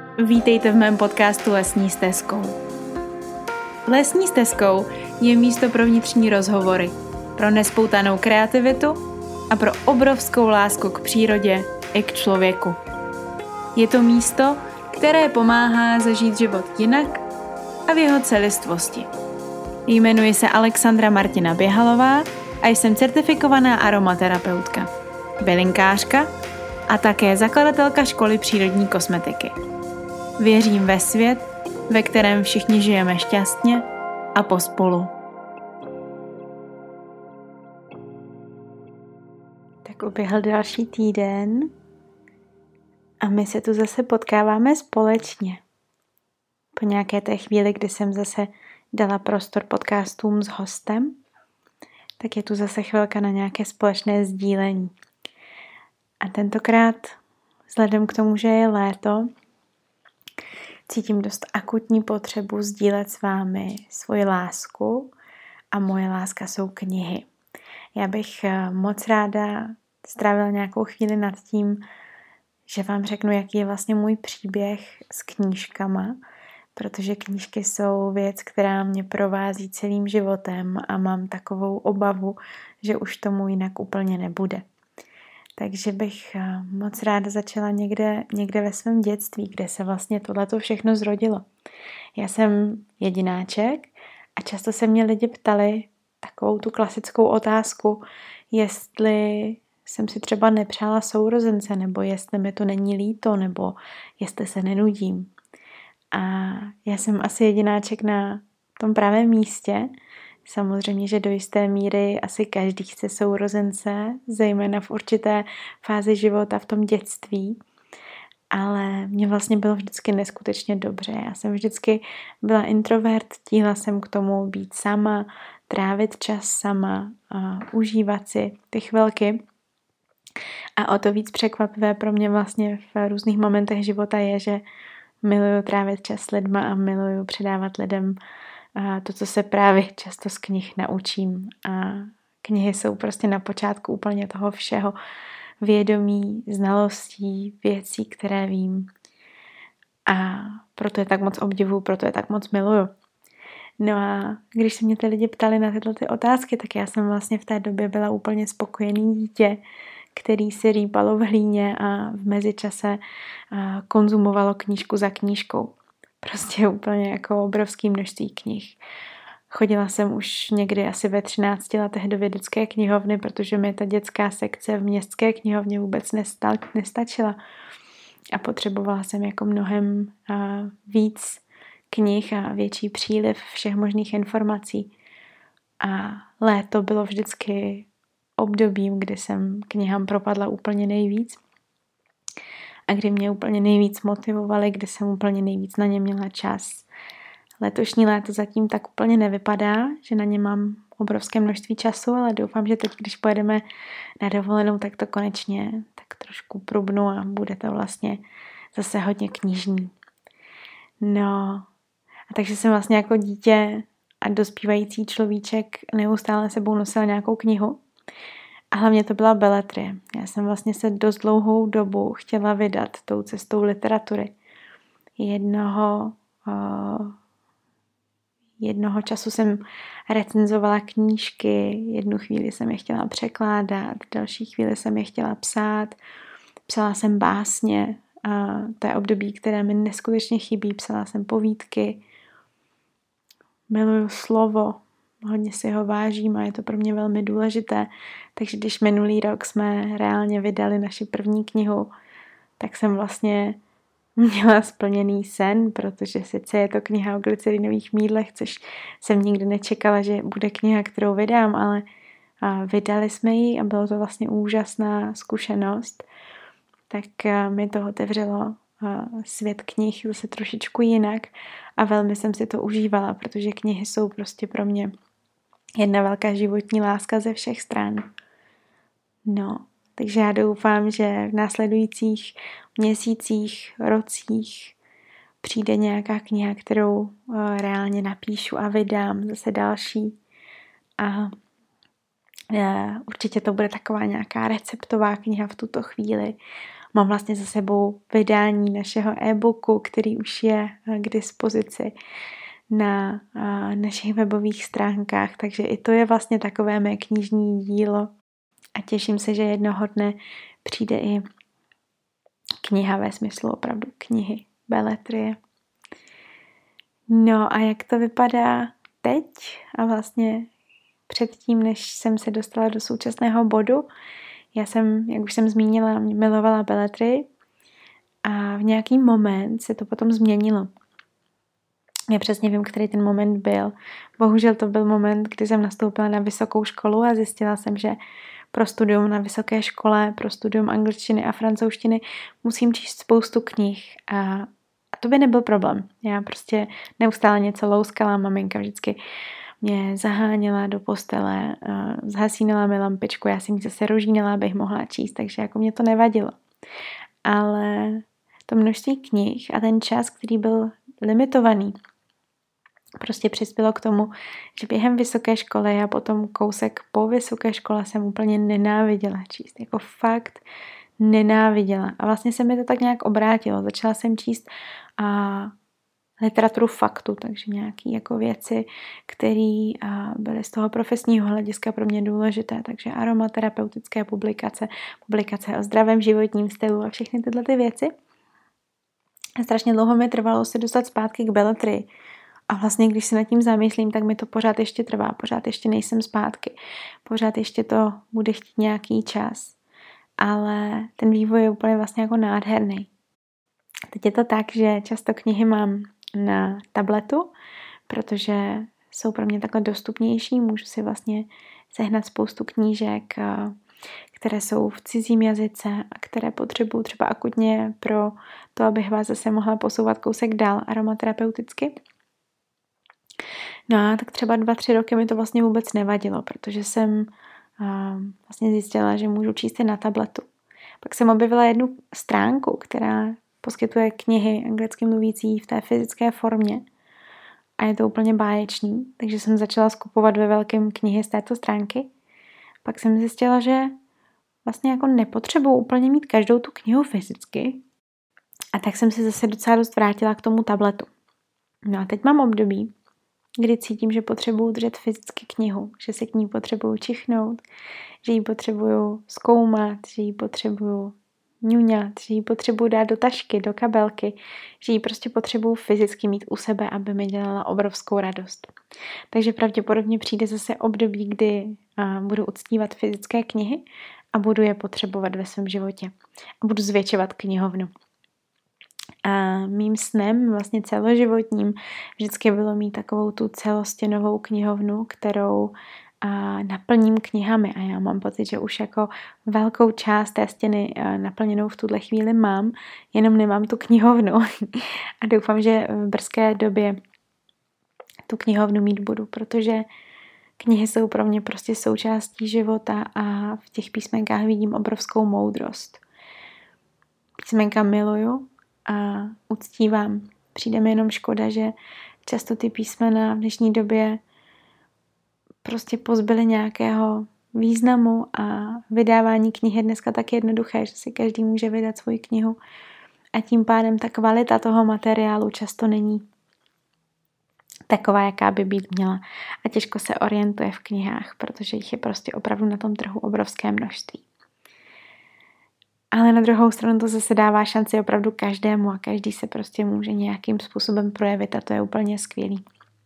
Vítejte v mém podcastu Lesní stezkou. Lesní stezkou je místo pro vnitřní rozhovory, pro nespoutanou kreativitu a pro obrovskou lásku k přírodě i k člověku. Je to místo, které pomáhá zažít život jinak a v jeho celistvosti. Jmenuji se Alexandra Martina Běhalová a jsem certifikovaná aromaterapeutka, bylinkářka a také zakladatelka školy přírodní kosmetiky. Věřím ve svět, ve kterém všichni žijeme šťastně a pospolu. Tak uběhl další týden a my se tu zase potkáváme společně. Po nějaké té chvíli, kdy jsem zase dala prostor podcastům s hostem, tak je tu zase chvilka na nějaké společné sdílení. A tentokrát, vzhledem k tomu, že je léto, cítím dost akutní potřebu sdílet s vámi svoji lásku a moje láska jsou knihy. Já bych moc ráda strávila nějakou chvíli nad tím, že vám řeknu, jaký je vlastně můj příběh s knížkama, protože knížky jsou věc, která mě provází celým životem a mám takovou obavu, že už tomu jinak úplně nebude. Takže bych moc ráda začala někde ve svém dětství, kde se vlastně tohleto všechno zrodilo. Já jsem jedináček a často se mě lidi ptali takovou tu klasickou otázku, jestli jsem si třeba nepřála sourozence, nebo jestli mi to není líto, nebo jestli se nenudím. A já jsem asi jedináček na tom pravém místě. Samozřejmě, že do jisté míry asi každý chce sourozence, zejména v určité fázi života v tom dětství. Ale mně vlastně bylo vždycky neskutečně dobře. Já jsem vždycky byla introvert, tíhla jsem k tomu být sama, trávit čas sama, a užívat si ty chvilky. A o to víc překvapivé pro mě vlastně v různých momentech života je, že miluju trávit čas s lidma a miluju předávat lidem to, co se právě často z knih naučím. A knihy jsou prostě na počátku úplně toho všeho. Vědomí, znalostí, věcí, které vím. A proto je tak moc obdivuju, proto je tak moc miluju. No a když se mě ty lidi ptali na tyhle ty otázky, tak já jsem vlastně v té době byla úplně spokojený dítě, který si rýpalo v hlíně a v mezičase konzumovalo knížku za knížkou. Prostě úplně jako obrovské množství knih. Chodila jsem už někdy asi ve 13 letech do vědecké knihovny, protože mi ta dětská sekce v městské knihovně vůbec nestačila. A potřebovala jsem jako mnohem víc knih a větší příliv všech možných informací. A léto bylo vždycky obdobím, kdy jsem knihám propadla úplně nejvíc a kdy mě úplně nejvíc motivovaly, kdy jsem úplně nejvíc na ně měla čas. Letošní léto zatím tak úplně nevypadá, že na ně mám obrovské množství času, ale doufám, že teď, když pojedeme na dovolenou, tak to konečně tak trošku prubnu a bude to vlastně zase hodně knižní. No, a takže jsem vlastně jako dítě a dospívající človíček neustále sebou nosila nějakou knihu. A hlavně to byla beletrie. Já jsem vlastně se dost dlouhou dobu chtěla vydat tou cestou literatury. Jednoho času jsem recenzovala knížky, jednu chvíli jsem je chtěla překládat, další chvíli jsem je chtěla psát. Psala jsem básně, a to je období, které mi neskutečně chybí. Psala jsem povídky. Miluju slovo. Hodně si ho vážím a je to pro mě velmi důležité. Takže když minulý rok jsme reálně vydali naši první knihu, tak jsem vlastně měla splněný sen, protože sice je to kniha o glycerinových mýdlech, což jsem nikdy nečekala, že bude kniha, kterou vydám, ale vydali jsme ji a bylo to vlastně úžasná zkušenost. Tak mi to otevřelo svět knih zase trošičku jinak a velmi jsem si to užívala, protože knihy jsou prostě pro mě jedna velká životní láska ze všech stran. No, takže já doufám, že v následujících měsících, rocích přijde nějaká kniha, kterou reálně napíšu a vydám zase další. A určitě to bude taková nějaká receptová kniha v tuto chvíli. Mám vlastně za sebou vydání našeho e-booku, který už je k dispozici na našich webových stránkách, takže i to je vlastně takové mé knižní dílo a těším se, že jednoho dne přijde i kniha ve smyslu opravdu knihy, beletrie. No a jak to vypadá teď a vlastně předtím, než jsem se dostala do současného bodu, já jsem, jak už jsem zmínila, milovala beletrii a v nějaký moment se to potom změnilo. Já přesně vím, který ten moment byl. Bohužel to byl moment, kdy jsem nastoupila na vysokou školu a zjistila jsem, že pro studium na vysoké škole, pro studium angličtiny a francouzštiny musím číst spoustu knih a to by nebyl problém. Já prostě neustále něco louskala, maminka vždycky mě zaháněla do postele, zhasínala mi lampičku, já si ji zase rožínala, abych mohla číst, takže jako mě to nevadilo. Ale to množství knih a ten čas, který byl limitovaný, prostě přispělo k tomu, že během vysoké školy a potom kousek po vysoké škole jsem úplně nenáviděla číst. Jako fakt nenáviděla. A vlastně se mi to tak nějak obrátilo. Začala jsem číst literaturu faktu, takže nějaké jako věci, které byly z toho profesního hlediska pro mě důležité. Takže aromaterapeutické publikace, publikace o zdravém životním stylu a všechny tyhle ty věci. A strašně dlouho mi trvalo se dostat zpátky k beletrii. A vlastně, když se nad tím zamyslím, tak mi to pořád ještě trvá, pořád ještě nejsem zpátky, pořád ještě to bude chtít nějaký čas. Ale ten vývoj je úplně vlastně jako nádherný. Teď je to tak, že často knihy mám na tabletu, protože jsou pro mě takhle dostupnější, můžu si vlastně sehnat spoustu knížek, které jsou v cizím jazyce a které potřebuju třeba akutně pro to, abych vás zase mohla posouvat kousek dál aromaterapeuticky. No a tak třeba 2-3 roky mi to vlastně vůbec nevadilo, protože jsem vlastně zjistila, že můžu číst i na tabletu. Pak jsem objevila jednu stránku, která poskytuje knihy anglicky mluvící v té fyzické formě a je to úplně báječný, takže jsem začala skupovat ve velkém knihy z této stránky. Pak jsem zjistila, že vlastně jako nepotřebuji úplně mít každou tu knihu fyzicky a tak jsem se zase docela dost vrátila k tomu tabletu. No a teď mám období, kdy cítím, že potřebuju držet fyzicky knihu, že se k ní potřebuju čichnout, že ji potřebuju zkoumat, že ji potřebuju ňuňat, že ji potřebuju dát do tašky, do kabelky, že ji prostě potřebuju fyzicky mít u sebe, aby mi dělala obrovskou radost. Takže pravděpodobně přijde zase období, kdy budu uctívat fyzické knihy a budu je potřebovat ve svém životě. A budu zvětšovat knihovnu. A mým snem vlastně celoživotním vždycky bylo mít takovou tu celostěnovou knihovnu, kterou naplním knihami a já mám pocit, že už jako velkou část té stěny naplněnou v tuhle chvíli mám, jenom nemám tu knihovnu a doufám, že v brzké době tu knihovnu mít budu, protože knihy jsou pro mě prostě součástí života a v těch písmenkách vidím obrovskou moudrost. Písmenka miluju a uctívám. Přijde mi jenom škoda, že často ty písmena v dnešní době prostě pozbyly nějakého významu a vydávání knihy je dneska tak jednoduché, že si každý může vydat svoji knihu a tím pádem ta kvalita toho materiálu často není taková, jaká by být měla a těžko se orientuje v knihách, protože jich je prostě opravdu na tom trhu obrovské množství. Ale na druhou stranu to zase dává šanci opravdu každému a každý se prostě může nějakým způsobem projevit a to je úplně skvělý.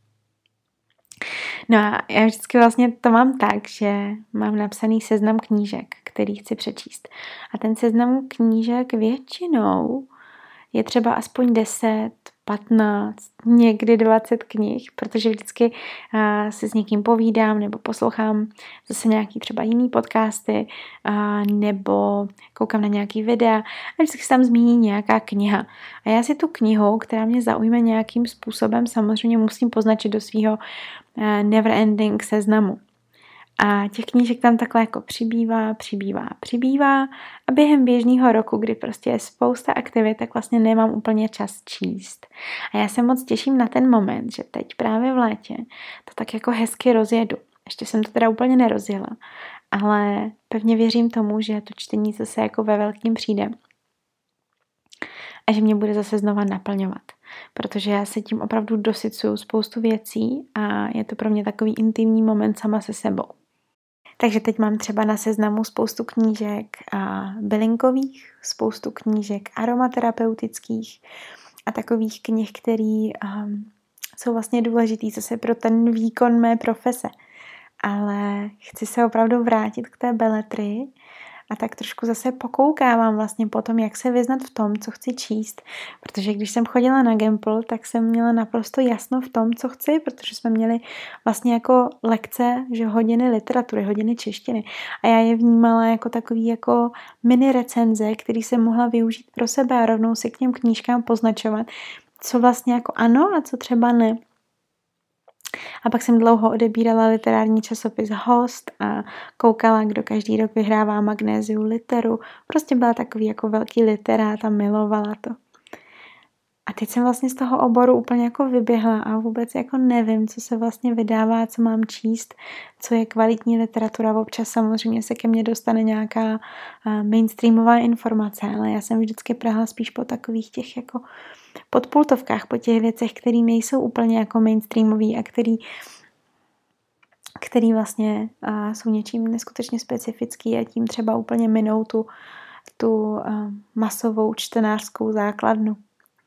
No a já vždycky vlastně to mám tak, že mám napsaný seznam knížek, který chci přečíst. A ten seznam knížek většinou je třeba aspoň 10, 15, někdy 20 knih, protože vždycky se s někým povídám nebo poslouchám zase nějaký třeba jiný podcasty nebo koukám na nějaký videa a vždycky se tam zmíní nějaká kniha. A já si tu knihu, která mě zaujme nějakým způsobem, samozřejmě musím poznačit do svého never-ending seznamu. A těch knížek tam takhle jako přibývá a během běžného roku, kdy prostě je spousta aktivit, tak vlastně nemám úplně čas číst. A já se moc těším na ten moment, že teď právě v létě to tak jako hezky rozjedu. Ještě jsem to teda úplně nerozjela, ale pevně věřím tomu, že to čtení zase jako ve velkým přijde. a že mě bude zase znova naplňovat. Protože já se tím opravdu dosycuju spoustu věcí a je to pro mě takový intimní moment sama se sebou. Takže teď mám třeba na seznamu spoustu knížek bylinkových, spoustu knížek aromaterapeutických a takových knih, které jsou vlastně důležitý zase pro ten výkon mé profese. Ale chci se opravdu vrátit k té beletrii a tak trošku zase pokoukávám vlastně po tom, jak se vyznat v tom, co chci číst. Protože když jsem chodila na Gemple, tak jsem měla naprosto jasno v tom, co chci, protože jsme měli vlastně jako lekce, že hodiny literatury, hodiny češtiny. A já je vnímala jako takový jako mini recenze, který jsem mohla využít pro sebe a rovnou si k těm knížkám poznačovat, co vlastně jako ano a co třeba ne. A pak jsem dlouho odebírala literární časopis Host a koukala, kdo každý rok vyhrává Magnéziu literu. Prostě byla takový jako velký literát a milovala to. A teď jsem vlastně z toho oboru úplně jako vyběhla a vůbec jako nevím, co se vlastně vydává, co mám číst, co je kvalitní literatura. Občas samozřejmě se ke mně dostane nějaká mainstreamová informace, ale já jsem vždycky prahla spíš po takových těch jako podpultovkách, po těch věcech, které nejsou úplně jako mainstreamový a který vlastně jsou něčím neskutečně specifický a tím třeba úplně minou tu masovou čtenářskou základnu.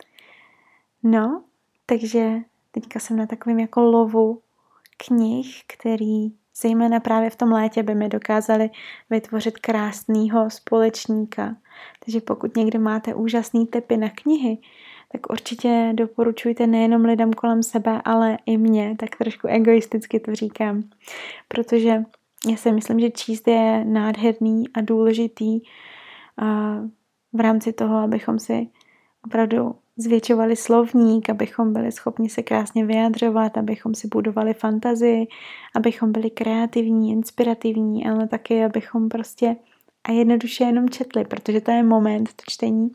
No, takže teďka jsem na takovém jako lovu knih, který zejména právě v tom létě by mi dokázali vytvořit krásného společníka. Takže pokud někde máte úžasný tipy na knihy, tak určitě doporučujte nejenom lidem kolem sebe, ale i mě, tak trošku egoisticky to říkám. Protože já si myslím, že číst je nádherný a důležitý v rámci toho, abychom si opravdu zvětšovali slovník, abychom byli schopni se krásně vyjadřovat, abychom si budovali fantazii, abychom byli kreativní, inspirativní, ale taky abychom prostě a jednoduše jenom četli, protože to je moment, to čtení,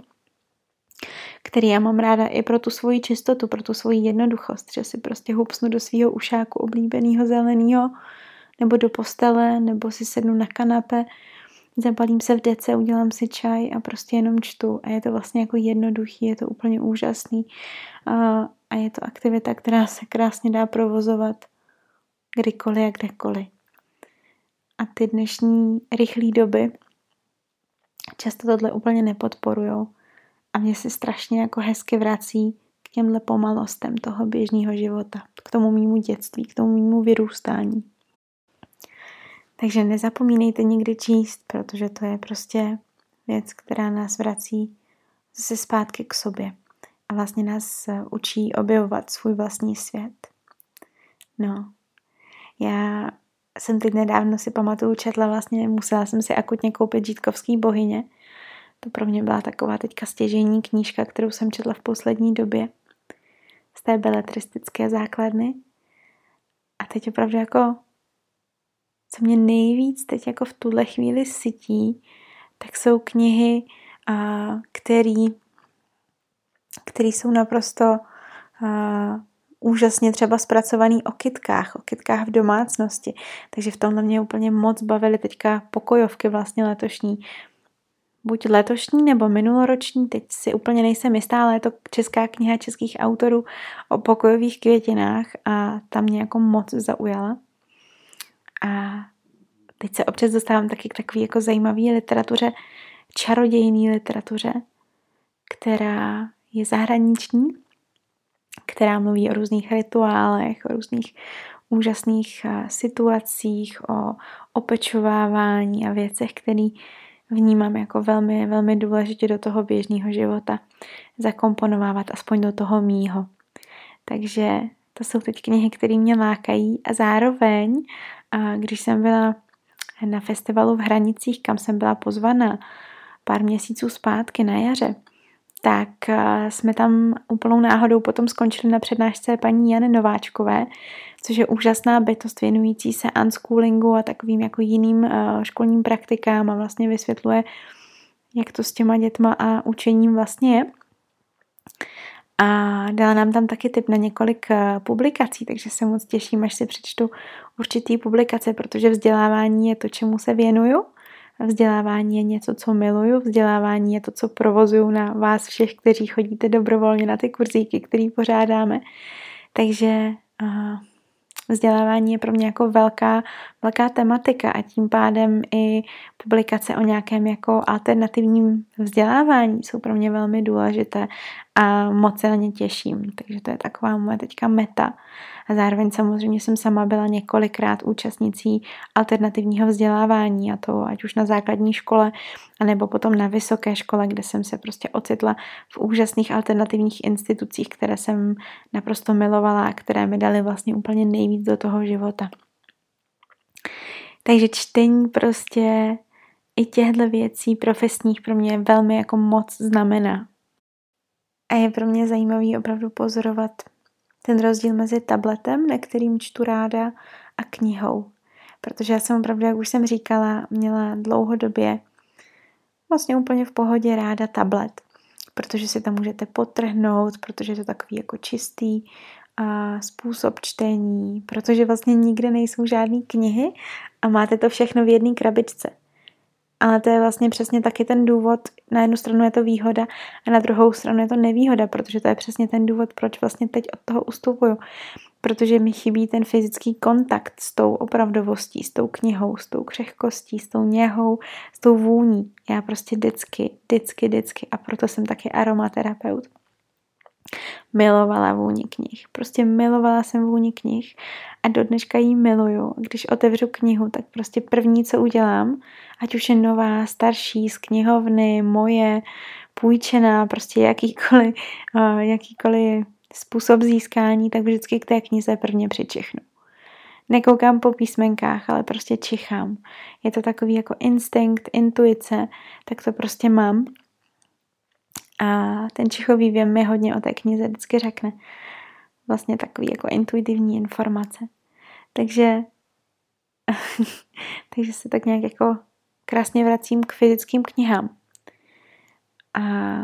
který já mám ráda i pro tu svoji čistotu, pro tu svoji jednoduchost, že si prostě hupsnu do svýho ušáku oblíbeného zeleného, nebo do postele, nebo si sednu na kanapé, zabalím se v dece, udělám si čaj a prostě jenom čtu. A je to vlastně jako jednoduchý, je to úplně úžasný. A je to aktivita, která se krásně dá provozovat kdykoliv a kdekoliv. A ty dnešní rychlé doby často tohle úplně nepodporujou. A mě se strašně jako hezky vrací k těmhle pomalostem toho běžného života. K tomu mému dětství, k tomu mému vyrůstání. Takže nezapomínejte nikdy číst, protože to je prostě věc, která nás vrací zase zpátky k sobě. A vlastně nás učí objevovat svůj vlastní svět. No, já jsem teď nedávno si pamatuju, četla vlastně, musela jsem si akutně koupit Žítkovský bohyně. To pro mě byla taková teďka stěžejní knížka, kterou jsem četla v poslední době z té beletristické základny. A teď opravdu jako, co mě nejvíc teď jako v tuhle chvíli sytí, tak jsou knihy, které jsou naprosto úžasně třeba zpracovaný o kytkách v domácnosti. Takže v tomhle mě úplně moc bavily teďka pokojovky vlastně letošní. Buď letošní nebo minuloroční, teď si úplně nejsem jistá, ale je to česká kniha českých autorů o pokojových květinách a tam mě jako moc zaujala. A teď se občas dostávám taky k takové jako zajímavé literatuře, čarodějné literatuře, která je zahraniční, která mluví o různých rituálech, o různých úžasných situacích, o opečovávání a věcech, které vnímám jako velmi, velmi důležitě do toho běžného života zakomponovávat aspoň do toho mýho. Takže to jsou teď knihy, které mě lákají a zároveň, když jsem byla na festivalu v Hranicích, kam jsem byla pozvaná pár měsíců zpátky na jaře, tak jsme tam úplnou náhodou potom skončili na přednášce paní Jany Nováčkové, což je úžasná bytost věnující se unschoolingu a takovým jako jiným školním praktikám a vlastně vysvětluje, jak to s těma dětma a učením vlastně je. A dala nám tam taky tip na několik publikací, takže se moc těším, až si přečtu určitý publikace, protože vzdělávání je to, čemu se věnuju. Vzdělávání je něco, co miluju, vzdělávání je to, co provozuju na vás všech, kteří chodíte dobrovolně na ty kurzíky, které pořádáme. Takže vzdělávání je pro mě jako velká tematika a tím pádem i publikace o nějakém jako alternativním vzdělávání jsou pro mě velmi důležité a moc se na ně těším. Takže to je taková moje teďka meta. A zároveň samozřejmě jsem sama byla několikrát účastnicí alternativního vzdělávání, a to ať už na základní škole, anebo potom na vysoké škole, kde jsem se prostě ocitla v úžasných alternativních institucích, které jsem naprosto milovala a které mi daly vlastně úplně nejvíc do toho života. Takže čtení prostě i těchto věcí profesních pro mě velmi jako moc znamená. A je pro mě zajímavý opravdu pozorovat ten rozdíl mezi tabletem, na kterým čtu ráda, a knihou. Protože já jsem opravdu, jak už jsem říkala, měla dlouhodobě vlastně úplně v pohodě ráda tablet. Protože si tam můžete podtrhnout, protože je to takový jako čistý způsob čtení, protože vlastně nikde nejsou žádné knihy a máte to všechno v jedné krabičce. Ale to je vlastně přesně taky ten důvod, na jednu stranu je to výhoda a na druhou stranu je to nevýhoda, protože to je přesně ten důvod, proč vlastně teď od toho ustupuju. Protože mi chybí ten fyzický kontakt s tou opravdovostí, s tou knihou, s tou křehkostí, s tou něhou, s tou vůní. Já prostě vždycky, a proto jsem taky aromaterapeut, milovala vůni knih. Prostě milovala jsem vůni knih a do dneška jí miluju. Když otevřu knihu, tak prostě první, co udělám, ať už je nová, starší, z knihovny, moje, půjčená, prostě jakýkoliv způsob získání, tak vždycky k té knize prvně přičichnu. Nekoukám po písmenkách, ale prostě čichám. Je to takový jako instinkt, intuice, tak to prostě mám. A ten čichový věm mi hodně o té knize vždycky řekne. Vlastně takový jako intuitivní informace. Takže se tak nějak jako krásně vracím k fyzickým knihám. A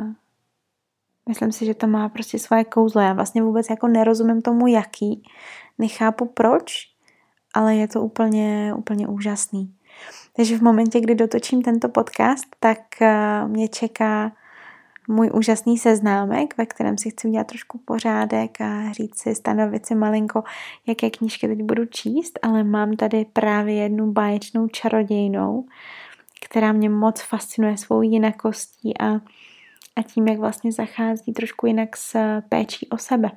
myslím si, že to má prostě svoje kouzlo. Já vlastně vůbec jako nerozumím tomu, jaký. Nechápu proč, ale je to úplně úžasný. Takže v momentě, kdy dotočím tento podcast, tak mě čeká můj úžasný seznámek, ve kterém si chci udělat trošku pořádek a říct si, stanovit si malinko, jaké knížky teď budu číst, ale mám tady právě jednu báječnou čarodějnou, která mě moc fascinuje svou jinakostí a tím, jak vlastně zachází trošku jinak s péčí o sebe.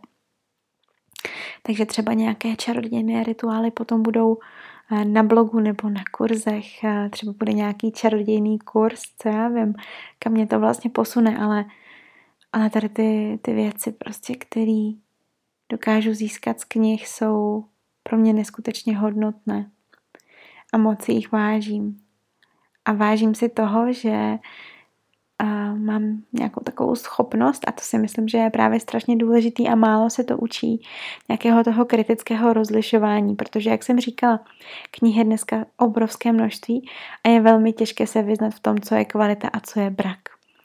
Takže třeba nějaké čarodějné rituály potom budou na blogu nebo na kurzech, třeba bude nějaký čarodějný kurz, co já vím, kam mě to vlastně posune, ale tady ty věci prostě, které dokážu získat z knih, jsou pro mě neskutečně hodnotné a moc si jich vážím. A vážím si toho, že mám nějakou takovou schopnost, a to si myslím, že je právě strašně důležitý a málo se to učí, nějakého toho kritického rozlišování, protože, jak jsem říkala, knih je dneska obrovské množství a je velmi těžké se vyznat v tom, co je kvalita a co je brak.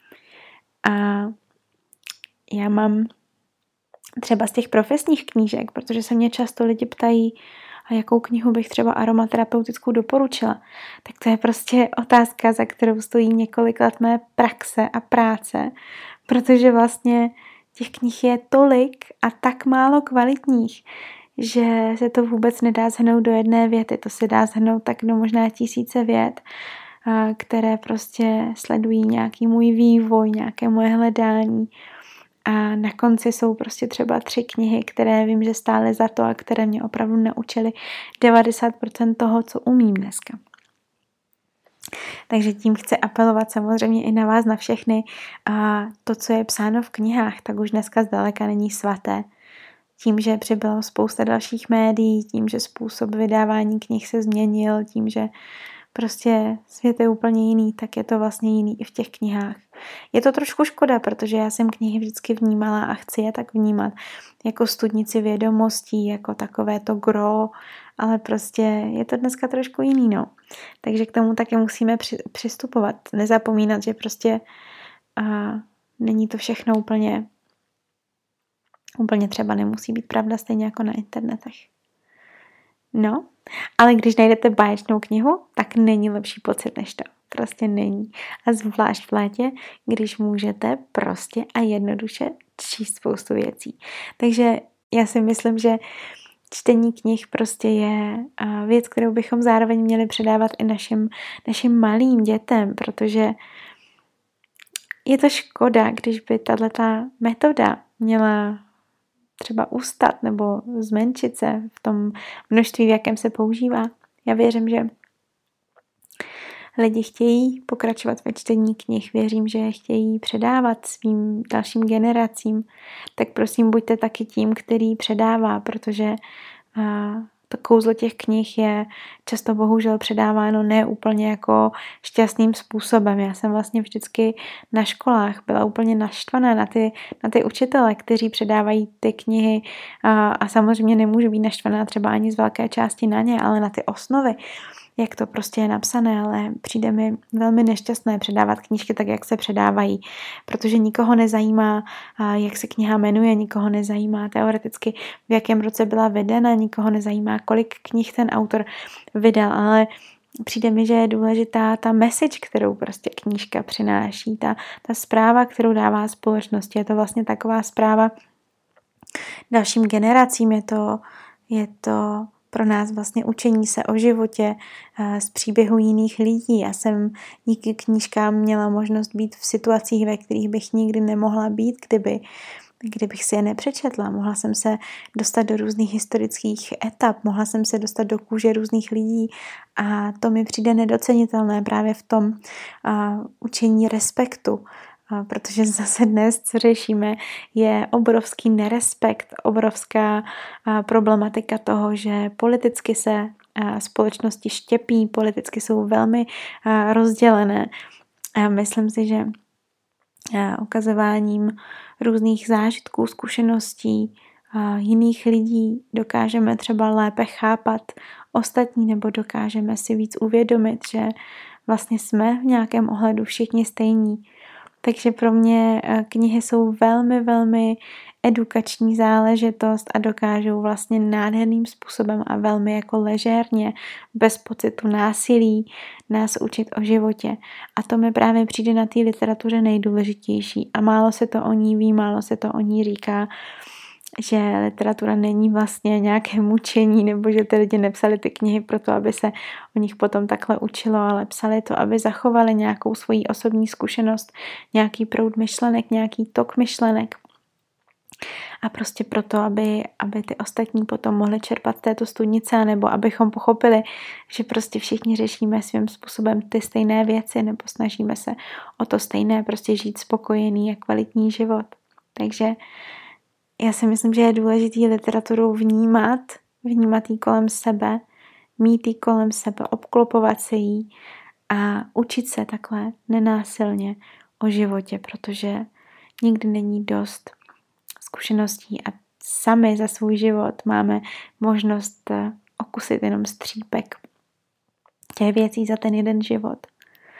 A já mám třeba z těch profesních knížek, protože se mě často lidi ptají, a jakou knihu bych třeba aromaterapeutickou doporučila, tak to je prostě otázka, za kterou stojí několik let mé praxe a práce, protože vlastně těch knih je tolik a tak málo kvalitních, že se to vůbec nedá shrnout do jedné věty. To se dá shrnout tak do možná tisíce vět, které prostě sledují nějaký můj vývoj, nějaké moje hledání. A na konci jsou prostě třeba 3 knihy, které vím, že stály za to a které mě opravdu naučily 90% toho, co umím dneska. Takže tím chci apelovat samozřejmě i na vás, na všechny. A to, co je psáno v knihách, tak už dneska zdaleka není svaté. Tím, že přibylo spousta dalších médií, tím, že způsob vydávání knih se změnil, tím, že prostě svět je úplně jiný, tak je to vlastně jiný i v těch knihách. Je to trošku škoda, protože já jsem knihy vždycky vnímala a chci je tak vnímat jako studnici vědomostí, jako takové to gro, ale prostě je to dneska trošku jiný, no. Takže k tomu také musíme přistupovat. Nezapomínat, že prostě není to všechno úplně třeba nemusí být pravda, stejně jako na internetech. No, ale když najdete báječnou knihu, tak není lepší pocit než to. prostě není. A zvlášť v létě, když můžete prostě a jednoduše číst spoustu věcí. Takže já si myslím, že čtení knih prostě je věc, kterou bychom zároveň měli předávat i našim malým dětem, protože je to škoda, když by tato metoda měla třeba ustat nebo zmenšit se v tom množství, v jakém se používá. Já věřím, že lidi chtějí pokračovat ve čtení knih, věřím, že je chtějí předávat svým dalším generacím, tak prosím buďte taky tím, který předává, protože to kouzlo těch knih je často bohužel předáváno ne úplně jako šťastným způsobem. Já jsem vlastně vždycky na školách byla úplně naštvaná na ty učitele, kteří předávají ty knihy a samozřejmě nemůžu být naštvaná třeba ani z velké části na ně, ale na ty osnovy, jak to prostě je napsané, ale přijde mi velmi nešťastné předávat knížky tak, jak se předávají, protože nikoho nezajímá, jak se kniha jmenuje, nikoho nezajímá teoreticky, v jakém roce byla vydana, nikoho nezajímá, kolik knih ten autor vydal, ale přijde mi, že je důležitá ta message, kterou prostě knížka přináší, ta zpráva, kterou dává společnosti. Je to vlastně taková zpráva dalším generacím, je to pro nás vlastně učení se o životě z příběhu jiných lidí. Já jsem díky knížkám měla možnost být v situacích, ve kterých bych nikdy nemohla být, kdybych si je nepřečetla. Mohla jsem se dostat do různých historických etap, mohla jsem se dostat do kůže různých lidí a to mi přijde nedocenitelné právě v tom učení respektu. Protože zase dnes, co řešíme, je obrovský nerespekt, obrovská problematika toho, že politicky se společnosti štěpí, politicky jsou velmi rozdělené. Myslím si, že ukazováním různých zážitků, zkušeností jiných lidí dokážeme třeba lépe chápat ostatní nebo dokážeme si víc uvědomit, že vlastně jsme v nějakém ohledu všichni stejní. Takže pro mě knihy jsou velmi, velmi edukační záležitost a dokážou vlastně nádherným způsobem a velmi jako ležérně, bez pocitu násilí, nás učit o životě. A to mi právě přijde na té literatuře nejdůležitější. A málo se to o ní ví, málo se to o ní říká, že literatura není vlastně nějaké mučení, nebo že ty lidi nepsali ty knihy proto, aby se o nich potom takhle učilo, ale psali to, aby zachovali nějakou svoji osobní zkušenost, nějaký proud myšlenek, nějaký tok myšlenek. A prostě proto, aby ty ostatní potom mohli čerpat této studnice, nebo abychom pochopili, že prostě všichni řešíme svým způsobem ty stejné věci, nebo snažíme se o to stejné, prostě žít spokojený a kvalitní život. Takže já si myslím, že je důležité literaturu vnímat jí kolem sebe, mít jí kolem sebe, obklopovat se jí a učit se takhle nenásilně o životě, protože nikdy není dost zkušeností a sami za svůj život máme možnost okusit jenom střípek těch věcí za ten jeden život.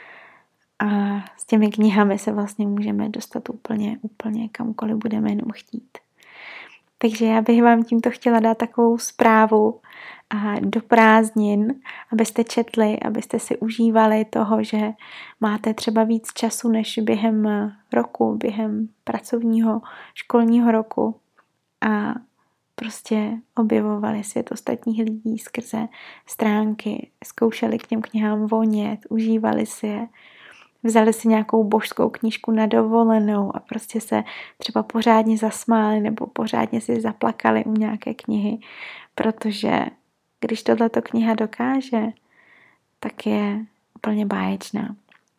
A s těmi knihami se vlastně můžeme dostat úplně kamkoliv budeme jenom chtít. Takže já bych vám tímto chtěla dát takovou zprávu do prázdnin, abyste četli, abyste si užívali toho, že máte třeba víc času než během roku, během pracovního, školního roku a prostě objevovali svět ostatních lidí skrze stránky, zkoušeli k těm knihám vonět, užívali si je, vzali si nějakou božskou knížku na dovolenou a prostě se třeba pořádně zasmáli nebo pořádně si zaplakali u nějaké knihy, protože když tohleto kniha dokáže, tak je úplně báječná.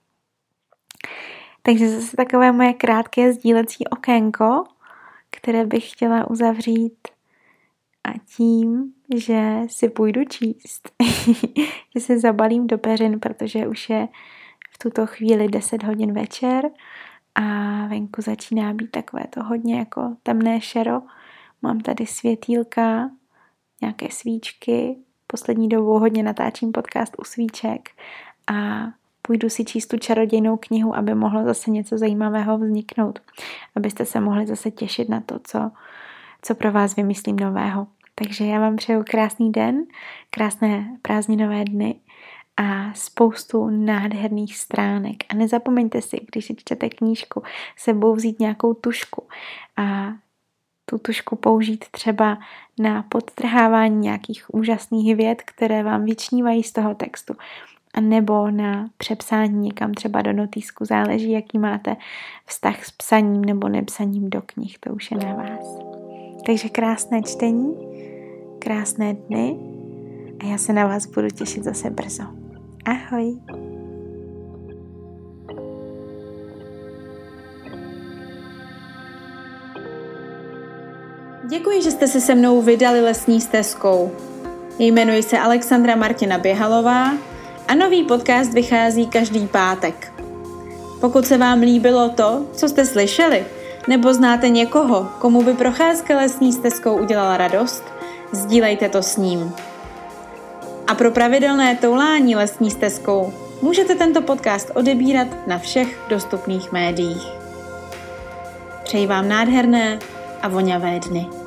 Takže zase takové moje krátké sdílecí okénko, které bych chtěla uzavřít a tím, že si půjdu číst, že se zabalím do peřin, protože už je v tuto chvíli 10 hodin večer a venku začíná být takové to hodně jako temné šero. Mám tady světýlka, nějaké svíčky, poslední dobou hodně natáčím podcast u svíček a půjdu si číst tu čarodějnou knihu, aby mohlo zase něco zajímavého vzniknout. Abyste se mohli zase těšit na to, co pro vás vymyslím nového. Takže já vám přeju krásný den, krásné prázdninové dny a spoustu nádherných stránek. A nezapomeňte si, když si čtete knížku, sebou vzít nějakou tužku a tu tužku použít třeba na podtrhávání nějakých úžasných vět, které vám vyčnívají z toho textu, a nebo na přepsání někam třeba do notýsku. Záleží, jaký máte vztah s psaním nebo nepsaním do knih, to už je na vás. Takže krásné čtení, krásné dny a já se na vás budu těšit zase brzo. Ahoj! Děkuji, že jste se se mnou vydali lesní stezkou. Jmenuji se Alexandra Martina Běhalová a nový podcast vychází každý pátek. Pokud se vám líbilo to, co jste slyšeli, nebo znáte někoho, komu by procházka lesní stezkou udělala radost, sdílejte to s ním. A pro pravidelné toulání lesní stezkou můžete tento podcast odebírat na všech dostupných médiích. Přeji vám nádherné a voňavé dny.